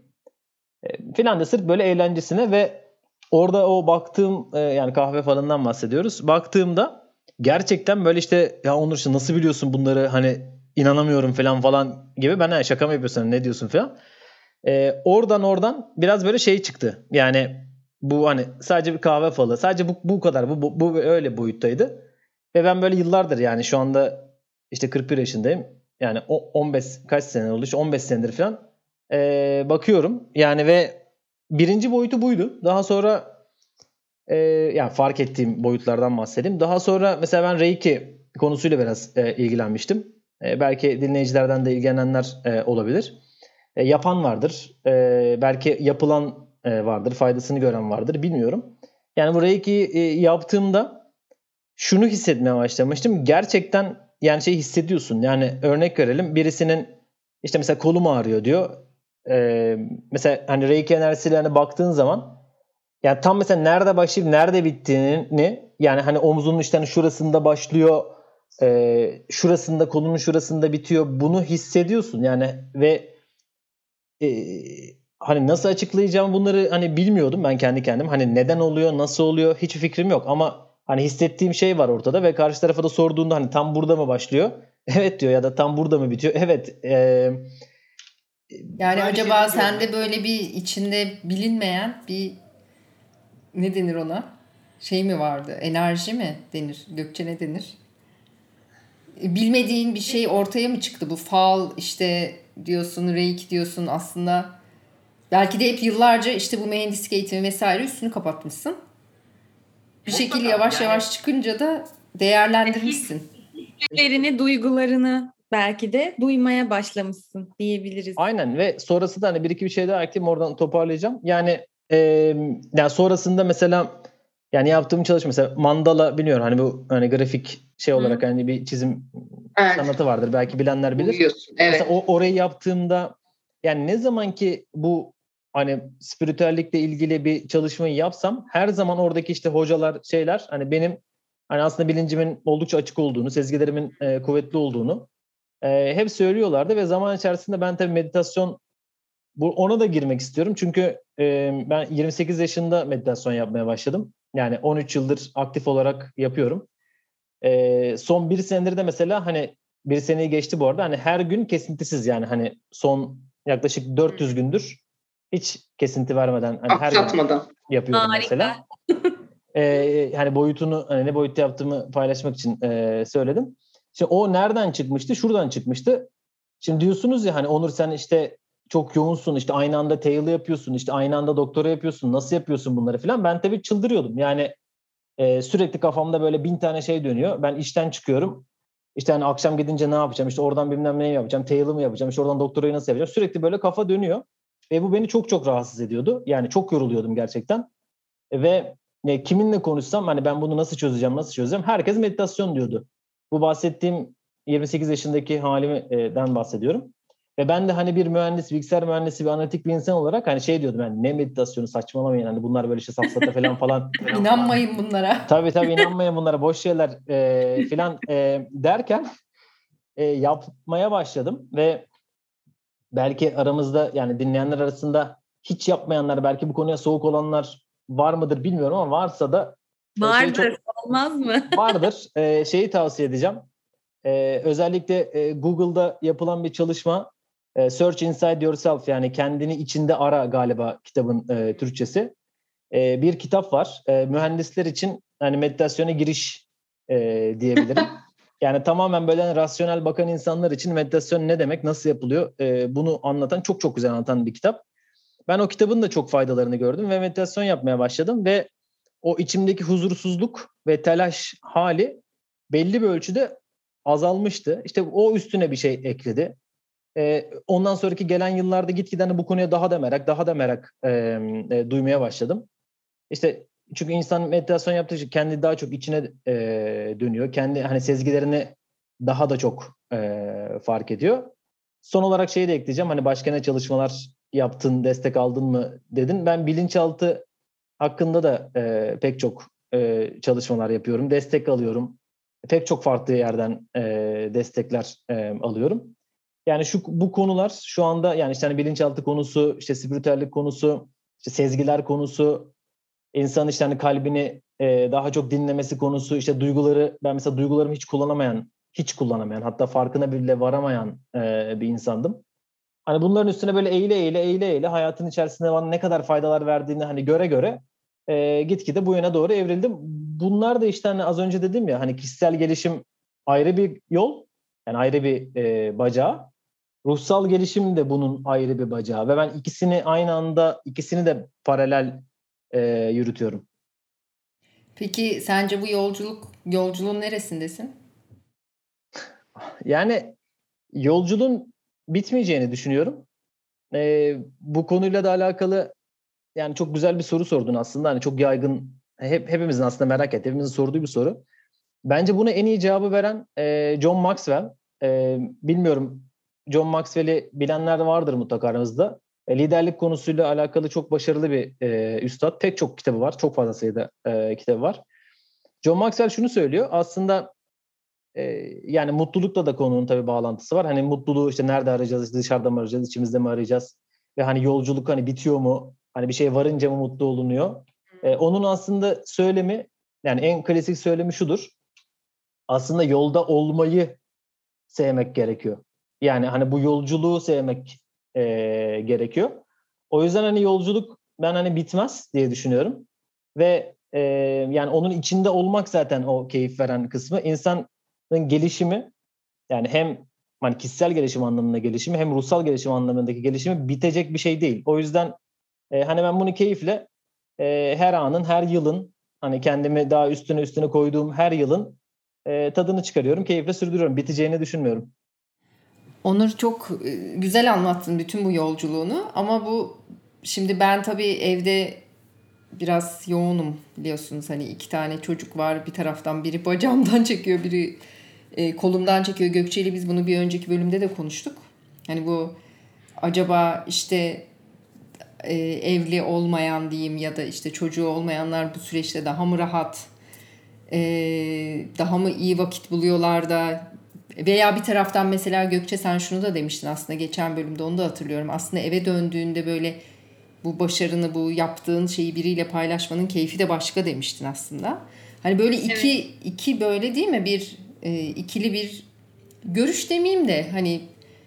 e, filan da, sırf böyle eğlencesine. Ve orada o baktığım e, yani kahve falından bahsediyoruz. Baktığımda gerçekten böyle işte, ya Onur işte nasıl biliyorsun bunları, hani inanamıyorum falan falan gibi. Ben şaka mı yapıyorsun, ne diyorsun falan. E, oradan oradan biraz böyle şey çıktı. Yani bu hani sadece bir kahve falı. Sadece bu, bu kadar. Bu, bu, bu öyle boyuttaydı. Ve ben böyle yıllardır, yani şu anda işte kırk bir yaşındayım. Yani on beş kaç sene oldu? İşte on beş senedir falan e, bakıyorum. Yani ve birinci boyutu buydu. Daha sonra e, yani fark ettiğim boyutlardan bahsedeyim. Daha sonra mesela ben Reiki konusuyla biraz e, ilgilenmiştim. E, belki dinleyicilerden de ilgilenenler e, olabilir. E, yapan vardır. E, belki yapılan e, vardır. Faydasını gören vardır. Bilmiyorum. Yani bu Reiki e, yaptığımda şunu hissetmeye başlamıştım. Gerçekten yani şey hissediyorsun. Yani örnek verelim. Birisinin işte mesela kolum ağrıyor diyor. E, mesela hani Reiki enerjisiyle baktığın zaman yani tam mesela nerede başlayıp nerede bittiğini, yani hani omzunun işte hani şurasında başlıyor, e, şurasında, kolunun şurasında bitiyor. Bunu hissediyorsun yani. Ve e, hani nasıl açıklayacağım bunları hani bilmiyordum ben kendi kendim. Hani neden oluyor, nasıl oluyor hiçbir fikrim yok. Ama hani hissettiğim şey var ortada ve karşı tarafa da sorduğunda hani tam burada mı başlıyor? Evet diyor, ya da tam burada mı bitiyor? Evet. E, yani acaba sende böyle bir içinde bilinmeyen bir, ne denir ona? Şey mi vardı? Enerji mi denir? Gökçe ne denir? Bilmediğin bir şey ortaya mı çıktı? Bu fal işte diyorsun, reiki diyorsun, aslında belki de hep yıllarca işte bu mühendislik eğitimi vesaire üstünü kapatmışsın. Bir şekilde yavaş yani, yavaş çıkınca da değerlendirmişsin. Hislerini, duygularını belki de duymaya başlamışsın diyebiliriz. Aynen. Ve sonrasında hani bir iki bir şey daha ekleyeyim, oradan toparlayacağım. Yani e, yani sonrasında mesela yani yaptığım çalışma mesela mandala, biliyorum hani bu hani grafik şey olarak, Hı. hani bir çizim evet. sanatı vardır. Belki bilenler bilir. Uyuyorsun, evet. Mesela o orayı yaptığımda yani ne zaman ki bu hani spiritüellikle ilgili bir çalışmayı yapsam, her zaman oradaki işte hocalar, şeyler hani benim hani aslında bilincimin oldukça açık olduğunu, sezgilerimin e, kuvvetli olduğunu e, hep söylüyorlardı. Ve zaman içerisinde ben tabii meditasyon, bu ona da girmek istiyorum. Çünkü e, ben yirmi sekiz yaşında meditasyon yapmaya başladım. Yani on üç yıldır aktif olarak yapıyorum. E, son bir senedir de mesela hani bir seneyi geçti bu arada. Hani her gün kesintisiz, yani hani son yaklaşık dört yüz gündür hiç kesinti vermeden hani her gün yapıyorum mesela. e, hani boyutunu, hani ne boyutta yaptığımı paylaşmak için e, söyledim. Şimdi o nereden çıkmıştı? Şuradan çıkmıştı. Şimdi diyorsunuz ya hani Onur sen işte çok yoğunsun, işte aynı anda Tail'ı yapıyorsun, işte aynı anda doktora yapıyorsun, nasıl yapıyorsun bunları falan. Ben tabii çıldırıyordum. Yani e, sürekli kafamda böyle bin tane şey dönüyor. Ben işten çıkıyorum. İşte hani akşam gidince ne yapacağım? İşte oradan bilmem ne yapacağım. Tail'ı mı yapacağım? İşte oradan doktorayı nasıl yapacağım? Sürekli böyle kafa dönüyor. Ve bu beni çok çok rahatsız ediyordu. Yani çok yoruluyordum gerçekten. Ve e, kiminle konuşsam hani ben bunu nasıl çözeceğim, nasıl çözeceğim? Herkes meditasyon diyordu. Bu bahsettiğim yirmi sekiz yaşındaki halimden bahsediyorum. Ve ben de hani bir mühendis, bilgisayar mühendisi, bir analitik bir insan olarak hani şey diyordum yani ne meditasyonu, saçmalamayın hani bunlar böyle işte safsata falan falan. İnanmayın bunlara. Tabii tabii inanmayın bunlara, boş şeyler e, falan e, derken e, yapmaya başladım ve belki aramızda yani dinleyenler arasında hiç yapmayanlar, belki bu konuya soğuk olanlar var mıdır bilmiyorum ama varsa da e, şey Vardır, çok olmaz mı? vardır. E, şeyi tavsiye edeceğim. E, özellikle e, Google'da yapılan bir çalışma, e, Search Inside Yourself, yani kendini içinde ara galiba kitabın e, Türkçesi. E, bir kitap var. E, mühendisler için hani meditasyona giriş e, diyebilirim. Yani tamamen böyle hani rasyonel bakan insanlar için meditasyon ne demek, nasıl yapılıyor, e, bunu anlatan, çok çok güzel anlatan bir kitap. Ben o kitabın da çok faydalarını gördüm ve meditasyon yapmaya başladım ve o içimdeki huzursuzluk ve telaş hali belli bir ölçüde azalmıştı. İşte o üstüne bir şey ekledi. E, ondan sonraki gelen yıllarda gitgide hani bu konuya daha da merak, daha da merak e, e, duymaya başladım. İşte çünkü insan meditasyon yaptığı için kendi daha çok içine e, dönüyor. Kendi hani sezgilerini daha da çok e, fark ediyor. Son olarak şeyi de ekleyeceğim. Hani başka ne çalışmalar yaptın, destek aldın mı dedin. Ben bilinçaltı hakkında da e, pek çok e, çalışmalar yapıyorum. Destek alıyorum. Pek çok farklı yerden e, destekler e, alıyorum. Yani şu bu konular şu anda yani işte hani bilinçaltı konusu, işte spiritüellik konusu, işte sezgiler konusu, İnsanın işte hani kalbini e, daha çok dinlemesi konusu, işte duyguları, ben mesela duygularımı hiç kullanamayan, hiç kullanamayan, hatta farkına bile varamayan e, bir insandım. Hani bunların üstüne böyle eğile eğile eğile eğile hayatın içerisinde bana ne kadar faydalar verdiğini hani göre göre e, gitgide bu yöne doğru evrildim. Bunlar da işte hani az önce dedim ya, hani kişisel gelişim ayrı bir yol, yani ayrı bir e, bacağı. Ruhsal gelişim de bunun ayrı bir bacağı ve ben ikisini aynı anda, ikisini de paralel e, yürütüyorum. Peki sence bu yolculuk yolculuğun neresindesin? Yani yolculuğun bitmeyeceğini düşünüyorum. E, bu konuyla da alakalı yani çok güzel bir soru sordun aslında. Hani çok yaygın, hep hepimizin aslında merak ettiği, hepimizin sorduğu bir soru. Bence buna en iyi cevabı veren e, John Maxwell. E, bilmiyorum, John Maxwell'i bilenler vardır mutlaka aranızda. E, liderlik konusuyla alakalı çok başarılı bir e, üstad. Pek çok kitabı var. Çok fazla sayıda e, kitabı var. John Maxwell şunu söylüyor. Aslında e, yani mutlulukla da konunun tabii bağlantısı var. Hani mutluluğu işte nerede arayacağız? İşte dışarıda mı arayacağız? İçimizde mi arayacağız? Ve hani yolculuk hani bitiyor mu? Hani bir şey varınca mı mutlu olunuyor? E, onun aslında söylemi, yani en klasik söylemi şudur: aslında yolda olmayı sevmek gerekiyor. Yani hani bu yolculuğu sevmek e, gerekiyor. O yüzden hani yolculuk ben hani bitmez diye düşünüyorum. Ve e, yani onun içinde olmak zaten o keyif veren kısmı. İnsanın gelişimi, yani hem hani kişisel gelişim anlamında gelişimi hem ruhsal gelişim anlamındaki gelişimi bitecek bir şey değil. O yüzden e, hani ben bunu keyifle e, her anın, her yılın, hani kendimi daha üstüne üstüne koyduğum her yılın e, tadını çıkarıyorum, keyifle sürdürüyorum. Biteceğini düşünmüyorum. Onur, çok e, güzel anlattın bütün bu yolculuğunu ama bu şimdi ben tabii evde biraz yoğunum biliyorsunuz, hani iki tane çocuk var, bir taraftan biri bacağımdan çekiyor, biri e, kolumdan çekiyor. Gökçe ile biz bunu bir önceki bölümde de konuştuk. Hani bu acaba işte e, evli olmayan diyeyim ya da işte çocuğu olmayanlar bu süreçte daha mı rahat, e, daha mı iyi vakit buluyorlar da, veya bir taraftan mesela Gökçe sen şunu da demiştin aslında geçen bölümde, onu da hatırlıyorum. Aslında eve döndüğünde böyle bu başarını, bu yaptığın şeyi biriyle paylaşmanın keyfi de başka demiştin aslında. Hani böyle iki evet. iki böyle değil mi, bir e, ikili bir görüş demeyeyim de hani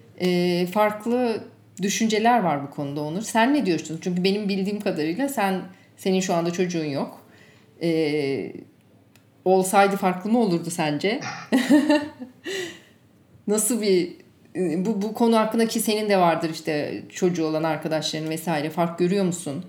e, farklı düşünceler var bu konuda Onur. Sen ne diyorsun? Çünkü benim bildiğim kadarıyla sen senin şu anda çocuğun yok. E, olsaydı farklı mı olurdu sence? Nasıl bir bu, bu konu hakkındaki senin de vardır işte çocuğu olan arkadaşların vesaire. Fark görüyor musun?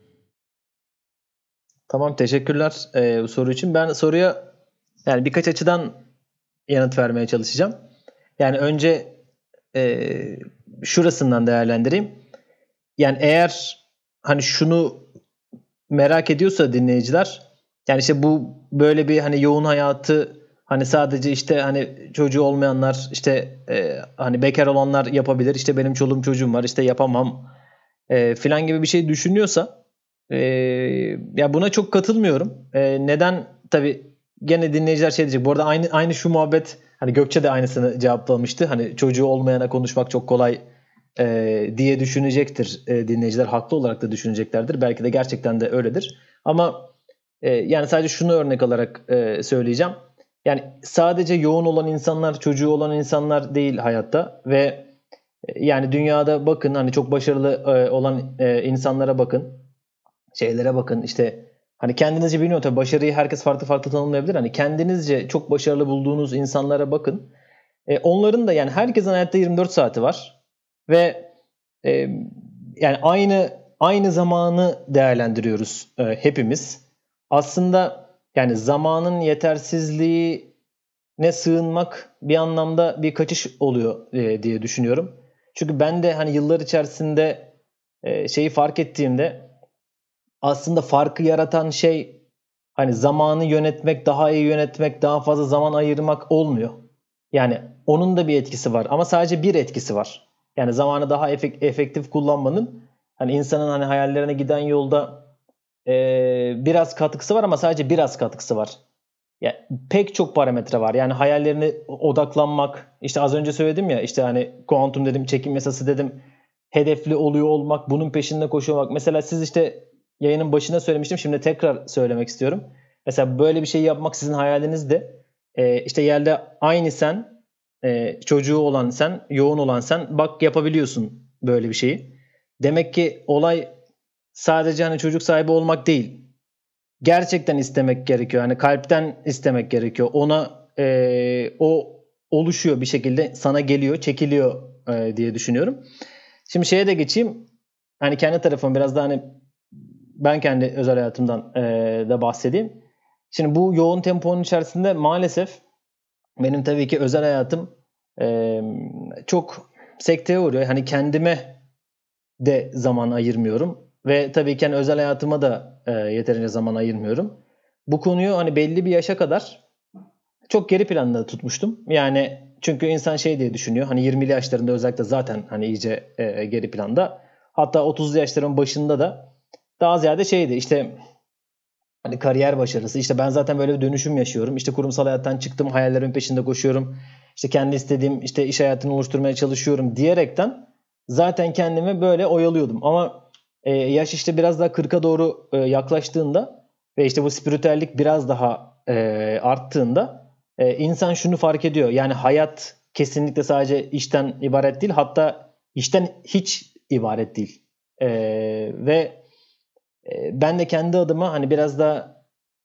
Tamam, teşekkürler e, bu soru için. Ben soruya yani birkaç açıdan yanıt vermeye çalışacağım. Yani önce e, şurasından değerlendireyim. Yani eğer hani şunu merak ediyorsa dinleyiciler, yani işte bu böyle bir hani yoğun hayatı hani sadece işte hani çocuğu olmayanlar işte e, hani bekar olanlar yapabilir. İşte benim çoluğum çocuğum var işte yapamam e, filan gibi bir şey düşünüyorsa e, ya buna çok katılmıyorum. E, neden? Tabii gene dinleyiciler şey diyecek. Bu arada aynı aynı şu muhabbet hani Gökçe de aynısını cevaplamıştı. Hani çocuğu olmayana konuşmak çok kolay e, diye düşünecektir e, dinleyiciler. Haklı olarak da düşüneceklerdir. Belki de gerçekten de öyledir. Ama e, yani sadece şunu örnek alarak e, söyleyeceğim. Yani sadece yoğun olan insanlar, çocuğu olan insanlar değil hayatta ve e, yani dünyada bakın hani çok başarılı e, olan e, insanlara bakın, şeylere bakın işte hani kendinizce bilmiyorum tabii başarıyı herkes farklı farklı tanımlayabilir. Hani kendinizce çok başarılı bulduğunuz insanlara bakın. E, onların da yani herkesin hayatta yirmi dört saati var ve e, yani aynı aynı zamanı değerlendiriyoruz e, hepimiz. Aslında yani zamanın yetersizliğine sığınmak bir anlamda bir kaçış oluyor e, diye düşünüyorum. Çünkü ben de hani yıllar içerisinde e, şeyi fark ettiğimde aslında farkı yaratan şey hani zamanı yönetmek, daha iyi yönetmek, daha fazla zaman ayırmak olmuyor. Yani onun da bir etkisi var ama sadece bir etkisi var. Yani zamanı daha efek- efektif kullanmanın hani insanın hani hayallerine giden yolda e, biraz katkısı var ama sadece biraz katkısı var. Yani pek çok parametre var. Yani hayallerine odaklanmak, işte az önce söyledim ya işte hani kuantum dedim, çekim yasası dedim, hedefli oluyor olmak, bunun peşinde koşuyormak. Mesela siz işte yayının başında söylemiştim, şimdi tekrar söylemek istiyorum. Mesela böyle bir şey yapmak sizin hayalinizde. Ee, işte yerde aynı sen, e, çocuğu olan sen, yoğun olan sen bak yapabiliyorsun böyle bir şeyi. Demek ki olay sadece hani çocuk sahibi olmak değil. Gerçekten istemek gerekiyor. Hani kalpten istemek gerekiyor. Ona e, o oluşuyor bir şekilde sana geliyor, çekiliyor e, diye düşünüyorum. Şimdi şeye de geçeyim. Hani kendi tarafım biraz daha hani ben kendi özel hayatımdan e, da bahsedeyim. Şimdi bu yoğun temponun içerisinde maalesef benim tabii ki özel hayatım e, çok sekteye uğruyor. Hani kendime de zaman ayırmıyorum. Ve tabii ki hani özel hayatıma da e, yeterince zaman ayırmıyorum. Bu konuyu hani belli bir yaşa kadar çok geri planda tutmuştum. Yani çünkü insan şey diye düşünüyor. Hani yirmili yaşlarında özellikle zaten hani iyice e, geri planda. Hatta otuzlu yaşların başında da daha ziyade şeydi işte hani kariyer başarısı. İşte ben zaten böyle bir dönüşüm yaşıyorum. İşte kurumsal hayattan çıktım, hayallerimin peşinde koşuyorum. İşte kendi istediğim işte iş hayatını oluşturmaya çalışıyorum diyerekten zaten kendimi böyle oyalıyordum. Ama e, yaş işte biraz daha kırka doğru e, yaklaştığında ve işte bu spiritüellik biraz daha e, arttığında e, insan şunu fark ediyor. Yani hayat kesinlikle sadece işten ibaret değil. Hatta işten hiç ibaret değil. E, ve e, ben de kendi adıma hani biraz da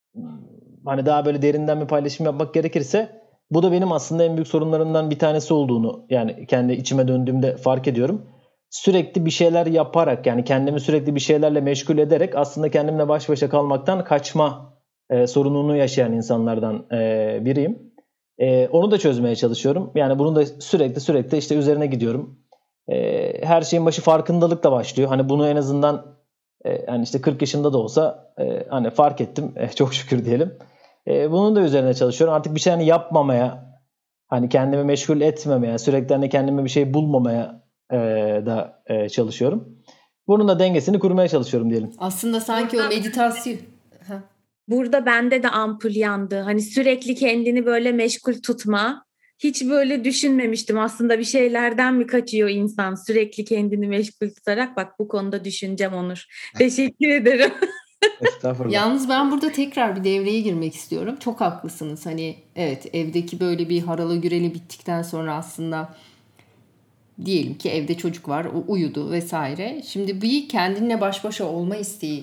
hani daha böyle derinden bir paylaşım yapmak gerekirse bu da benim aslında en büyük sorunlarımdan bir tanesi olduğunu yani kendi içime döndüğümde fark ediyorum. Sürekli bir şeyler yaparak yani kendimi sürekli bir şeylerle meşgul ederek aslında kendimle baş başa kalmaktan kaçma e, sorununu yaşayan insanlardan e, biriyim. E, onu da çözmeye çalışıyorum. Yani bunu da sürekli sürekli işte üzerine gidiyorum. E, her şeyin başı farkındalıkla başlıyor. Hani bunu en azından e, hani işte kırk yaşında da olsa e, hani fark ettim. E, çok şükür diyelim. E, bunun da üzerine çalışıyorum. Artık bir şey hani yapmamaya, hani kendimi meşgul etmemeye, sürekli hani kendime bir şey bulmamaya e, da e, çalışıyorum. Bunun da dengesini kurmaya çalışıyorum diyelim. Aslında sanki o meditasyon... Ha. Burada bende de ampul yandı. Hani sürekli kendini böyle meşgul tutma. Hiç böyle düşünmemiştim aslında bir şeylerden mi kaçıyor insan sürekli kendini meşgul tutarak. Bak bu konuda düşüneceğim Onur. Teşekkür ederim. Estağfurullah. Yalnız ben burada tekrar bir devreye girmek istiyorum. Çok haklısınız. Hani evet evdeki böyle bir harala güreli bittikten sonra aslında diyelim ki evde çocuk var, o uyudu vesaire. Şimdi bir kendinle baş başa olma isteği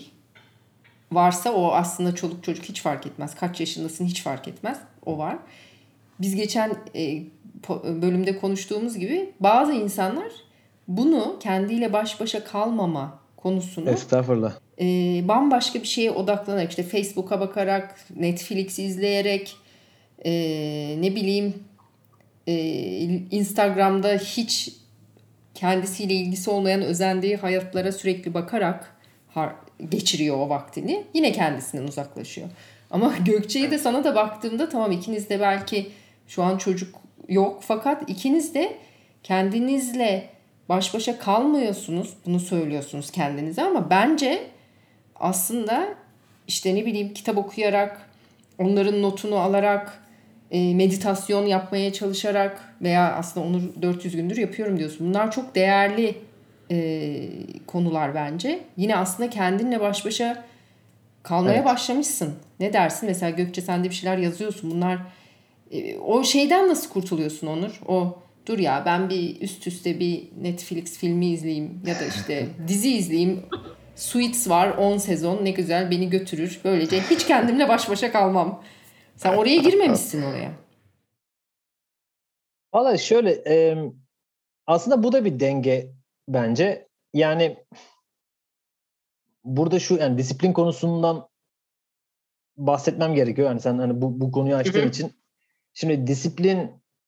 varsa o aslında çoluk çocuk hiç fark etmez. Kaç yaşındasın hiç fark etmez. O var. Biz geçen e, bölümde konuştuğumuz gibi bazı insanlar bunu kendiyle baş başa kalmama konusunu Estağfurullah. E, bambaşka bir şeye odaklanarak, işte Facebook'a bakarak, Netflix izleyerek, e, ne bileyim e, Instagram'da hiç kendisiyle ilgisi olmayan özendiği hayatlara sürekli bakarak har- geçiriyor o vaktini. Yine kendisinden uzaklaşıyor. Ama Gökçe'ye de sana da baktığımda tamam, ikiniz de belki şu an çocuk yok, fakat ikiniz de kendinizle baş başa kalmıyorsunuz. Bunu söylüyorsunuz kendinize, ama bence aslında işte ne bileyim kitap okuyarak, onların notunu alarak, e, meditasyon yapmaya çalışarak veya aslında onu dört yüz gündür yapıyorum diyorsun. Bunlar çok değerli e, konular bence. Yine aslında kendinle baş başa kalmaya Evet. başlamışsın. Ne dersin? Mesela Gökçe, sen de bir şeyler yazıyorsun. Bunlar e, o şeyden nasıl kurtuluyorsun Onur? O dur ya, ben bir üst üste bir Netflix filmi izleyeyim ya da işte dizi izleyeyim. Suits var on sezon, ne güzel, beni götürür. Böylece hiç kendimle baş başa kalmam. Sen oraya girmemişsin oraya. Valla şöyle e, aslında bu da bir denge bence. Yani burada şu, yani disiplin konusundan bahsetmem gerekiyor. Yani sen hani bu, bu konuyu açtığın Hı hı. için. Şimdi disiplin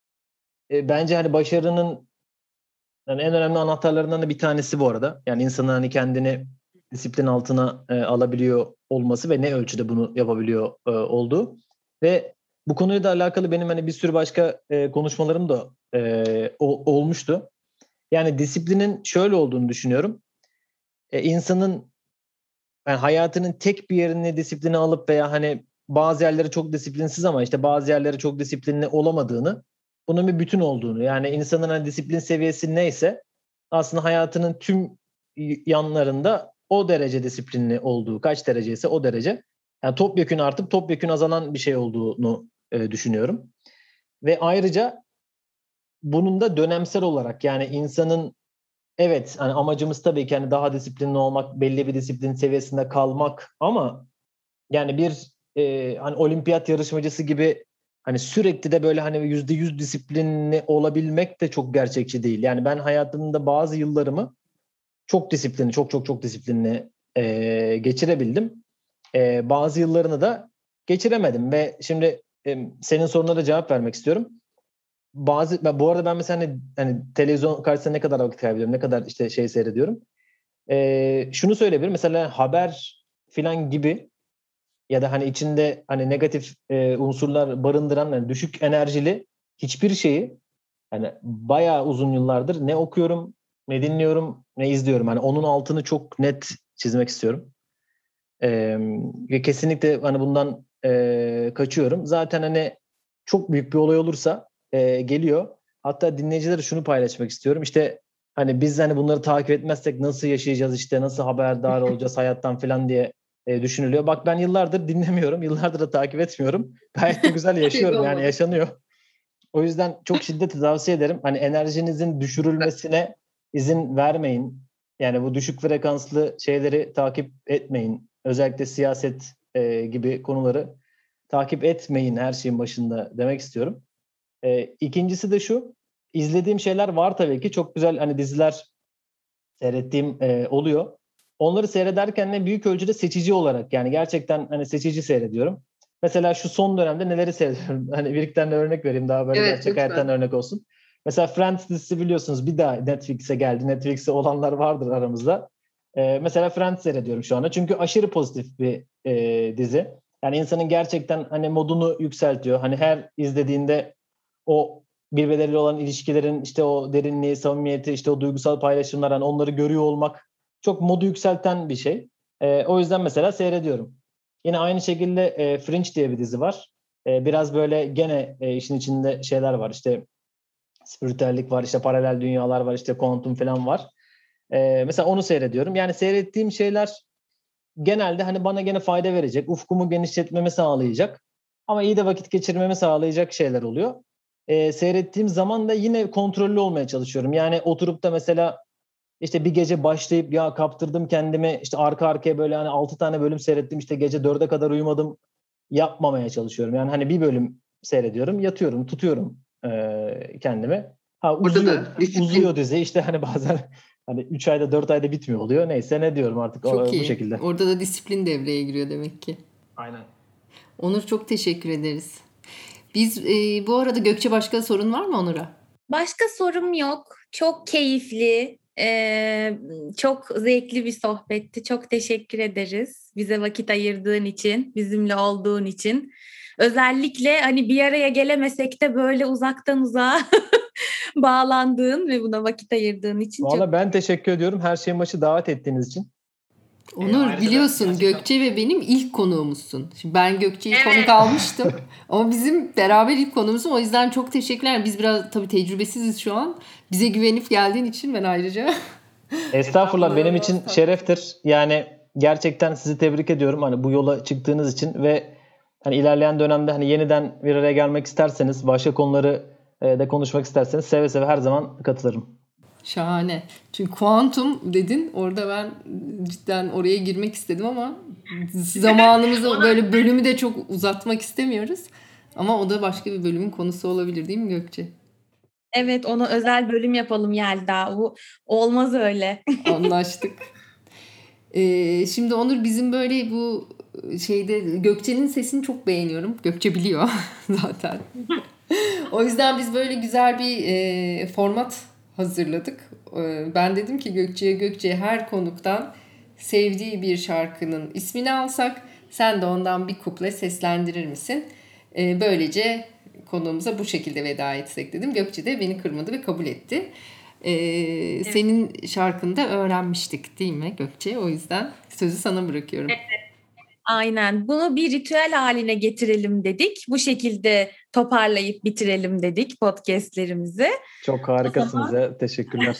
e, bence hani başarının yani en önemli anahtarlarından da bir tanesi bu arada. Yani insanın hani kendini disiplin altına e, alabiliyor olması ve ne ölçüde bunu yapabiliyor e, olduğu. Ve bu konuyla da alakalı benim hani bir sürü başka e, konuşmalarım da e, o, olmuştu. Yani disiplinin şöyle olduğunu düşünüyorum. E, insanın yani hayatının tek bir yerine disiplini alıp veya hani bazı yerleri çok disiplinsiz ama işte bazı yerleri çok disiplinli olamadığını, bunun bir bütün olduğunu, yani insanın hani disiplin seviyesi neyse aslında hayatının tüm yanlarında o derece disiplinli olduğu, kaç derece ise o derece. Yani topyekün artıp topyekün azalan bir şey olduğunu e, düşünüyorum. Ve ayrıca bunun da dönemsel olarak, yani insanın evet hani amacımız tabii ki hani daha disiplinli olmak, belli bir disiplin seviyesinde kalmak, ama yani bir e, hani olimpiyat yarışmacısı gibi hani sürekli de böyle hani yüzde yüz disiplinli olabilmek de çok gerçekçi değil. Yani ben hayatımda bazı yıllarımı çok disiplinli, çok çok çok disiplinli e, geçirebildim. E, bazı yıllarını da geçiremedim ve şimdi e, senin sorunlara cevap vermek istiyorum. Bazı ben, bu arada ben mesela hani, hani televizyon karşısında ne kadar vakit kaybediyorum, ne kadar işte şey seyrediyorum. E, şunu söyleyebilirim. Mesela haber filan gibi ya da hani içinde hani negatif e, unsurlar barındıran yani düşük enerjili hiçbir şeyi hani bayağı uzun yıllardır ne okuyorum, ne dinliyorum, ne izliyorum. Hani onun altını çok net çizmek istiyorum. E, ve kesinlikle hani bundan e, kaçıyorum. Zaten hani çok büyük bir olay olursa e, geliyor. Hatta dinleyicilere şunu paylaşmak istiyorum. İşte hani biz hani bunları takip etmezsek nasıl yaşayacağız, işte nasıl haberdar olacağız hayattan falan diye e, düşünülüyor. Bak ben yıllardır dinlemiyorum. Yıllardır da takip etmiyorum. Gayet de güzel yaşıyorum. Yani yaşanıyor. O yüzden çok şiddetle tavsiye ederim. Hani enerjinizin düşürülmesine izin vermeyin. Yani bu düşük frekanslı şeyleri takip etmeyin. Özellikle siyaset e, gibi konuları takip etmeyin her şeyin başında demek istiyorum. E, ikincisi de şu. İzlediğim şeyler var tabii ki. Çok güzel hani diziler seyrettiğim e, oluyor. Onları seyrederken de büyük ölçüde seçici olarak, yani gerçekten hani seçici seyrediyorum. Mesela şu son dönemde neleri seyrediyorum? Hani bir iki tane örnek vereyim, daha böyle Evet, gerçek lütfen. hayattan örnek olsun. Mesela Friends dizisi biliyorsunuz bir daha Netflix'e geldi. Netflix'e olanlar vardır aramızda. Ee, mesela Friends seyrediyorum şu anda. Çünkü aşırı pozitif bir e, dizi. Yani insanın gerçekten hani modunu yükseltiyor. Hani her izlediğinde o birbirleriyle olan ilişkilerin işte o derinliği, samimiyeti, işte o duygusal paylaşımlar, hani onları görüyor olmak çok modu yükselten bir şey. E, o yüzden mesela seyrediyorum. Yine aynı şekilde e, Fringe diye bir dizi var. E, biraz böyle gene e, işin içinde şeyler var. İşte spiritüellik var, işte paralel dünyalar var, işte kuantum falan var. E, mesela onu seyrediyorum. Yani seyrettiğim şeyler genelde hani bana gene fayda verecek, ufkumu genişletmemi sağlayacak ama iyi de vakit geçirmemi sağlayacak şeyler oluyor. Ee, seyrettiğim zaman da yine kontrollü olmaya çalışıyorum. Yani oturup da mesela işte bir gece başlayıp ya kaptırdım kendimi, işte arka arkaya böyle hani altı tane bölüm seyrettim, işte gece dörde kadar uyumadım yapmamaya çalışıyorum. Yani hani bir bölüm seyrediyorum, yatıyorum, tutuyorum. e, kendimi. Ha Burada uzuyor, da disiplin. uzuyor dizi işte hani bazen hani üç ayda dört ayda bitmiyor oluyor. Neyse ne diyorum artık o, Çok bu iyi. şekilde. Orada da disiplin devreye giriyor demek ki. Aynen. Onur çok teşekkür ederiz. Biz e, bu arada Gökçe başka sorun var mı Onur'a? Başka sorum yok. Çok keyifli, e, çok zevkli bir sohbetti. Çok teşekkür ederiz bize vakit ayırdığın için, bizimle olduğun için. Özellikle hani bir araya gelemesek de böyle uzaktan uzağa bağlandığın ve buna vakit ayırdığın için Valla çok... ben teşekkür ediyorum her şeyin başı davet ettiğiniz için. Onur Ee, biliyorsun gerçekten... Gökçe ve benim ilk konuğumuzsun. Şimdi ben Gökçe'yi Evet. konuk almıştım. Ama bizim beraber ilk konuğumuzsun. O yüzden çok teşekkürler. Biz biraz tabii tecrübesiziz şu an. Bize güvenip geldiğin için ben ayrıca. Estağfurullah benim için şereftir. Yani gerçekten sizi tebrik ediyorum. Hani bu yola çıktığınız için ve hani ilerleyen dönemde hani yeniden bir araya gelmek isterseniz, başka konuları de konuşmak isterseniz seve seve her zaman katılırım. Şahane. Çünkü kuantum dedin. Orada ben cidden oraya girmek istedim ama zamanımızı böyle bölümü de çok uzatmak istemiyoruz. Ama o da başka bir bölümün konusu olabilir değil mi Gökçe? Evet, ona özel bölüm yapalım Yelda. Bu olmaz öyle. Anlaştık. Ee, şimdi Onur bizim böyle bu şeyde Gökçe'nin sesini çok beğeniyorum. Gökçe biliyor zaten. O yüzden biz böyle güzel bir e, format hazırladık. E, ben dedim ki Gökçe'ye Gökçe her konuktan sevdiği bir şarkının ismini alsak sen de ondan bir kuple seslendirir misin? E, böylece konuğumuza bu şekilde veda etsek dedim. Gökçe de beni kırmadı ve kabul etti. Ee, evet. Senin şarkını da öğrenmiştik değil mi Gökçe? O yüzden sözü sana bırakıyorum. Evet. Aynen. Bunu bir ritüel haline getirelim dedik. Bu şekilde toparlayıp bitirelim dedik podcastlerimizi. Çok harikasınız zaman... ya. Teşekkürler.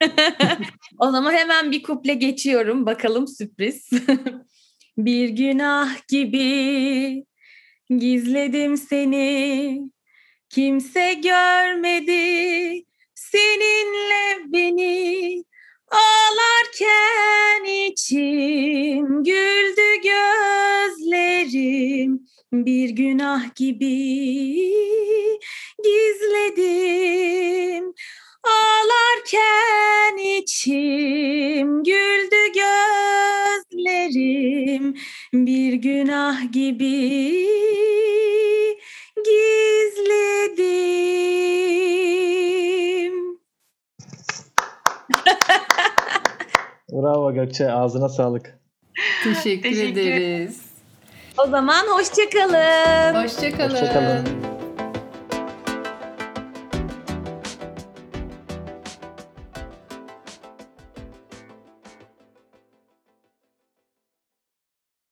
O zaman hemen bir kuple geçiyorum. Bakalım sürpriz. Bir günah gibi gizledim seni. Kimse görmedi seninle beni. Ağlarken içim güldü gözlerim, bir günah gibi gizledim. Ağlarken içim güldü gözlerim, bir günah gibi gizledim. Bravo Gökçe, ağzına sağlık. Teşekkür, Teşekkür ederiz. O zaman hoşça kalın. Hoşça kalın. Hoşça kalın.